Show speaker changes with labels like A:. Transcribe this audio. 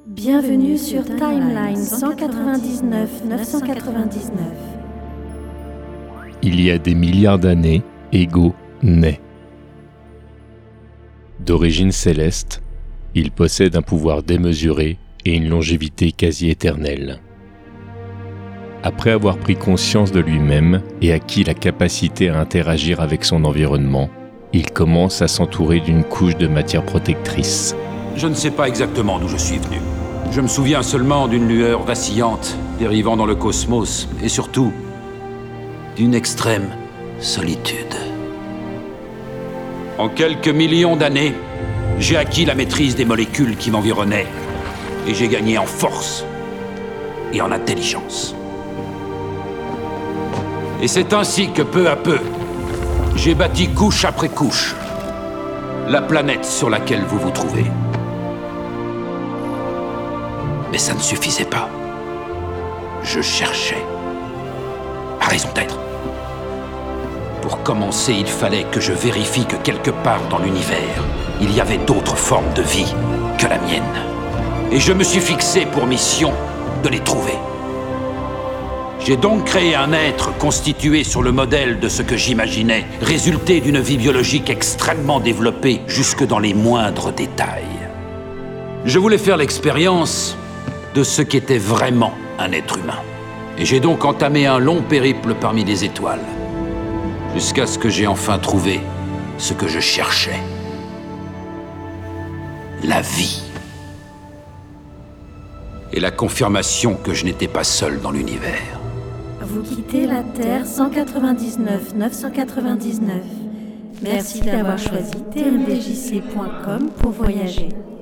A: Bienvenue sur Timeline 199 999.
B: Il y a des milliards d'années, Ego naît. D'origine céleste, il possède un pouvoir démesuré et une longévité quasi éternelle. Après avoir pris conscience de lui-même et acquis la capacité à interagir avec son environnement, il commence à s'entourer d'une couche de matière protectrice.
C: Je ne sais pas exactement d'où je suis venu. Je me souviens seulement d'une lueur vacillante dérivant dans le cosmos et surtout d'une extrême solitude. En quelques millions d'années, j'ai acquis la maîtrise des molécules qui m'environnaient et j'ai gagné en force et en intelligence. Et c'est ainsi que peu à peu, j'ai bâti couche après couche la planète sur laquelle vous vous trouvez. Mais ça ne suffisait pas. Je cherchais ma raison d'être. Pour commencer, il fallait que je vérifie que quelque part dans l'univers, il y avait d'autres formes de vie que la mienne. Et je me suis fixé pour mission de les trouver. J'ai donc créé un être constitué sur le modèle de ce que j'imaginais, résulté d'une vie biologique extrêmement développée jusque dans les moindres détails. Je voulais faire l'expérience de ce qu'était vraiment un être humain. Et j'ai donc entamé un long périple parmi les étoiles, jusqu'à ce que j'ai enfin trouvé ce que je cherchais. La vie. Et la confirmation que je n'étais pas seul dans l'univers.
A: Vous quittez la Terre 199 999. Merci d'avoir choisi tmdjc.com pour voyager.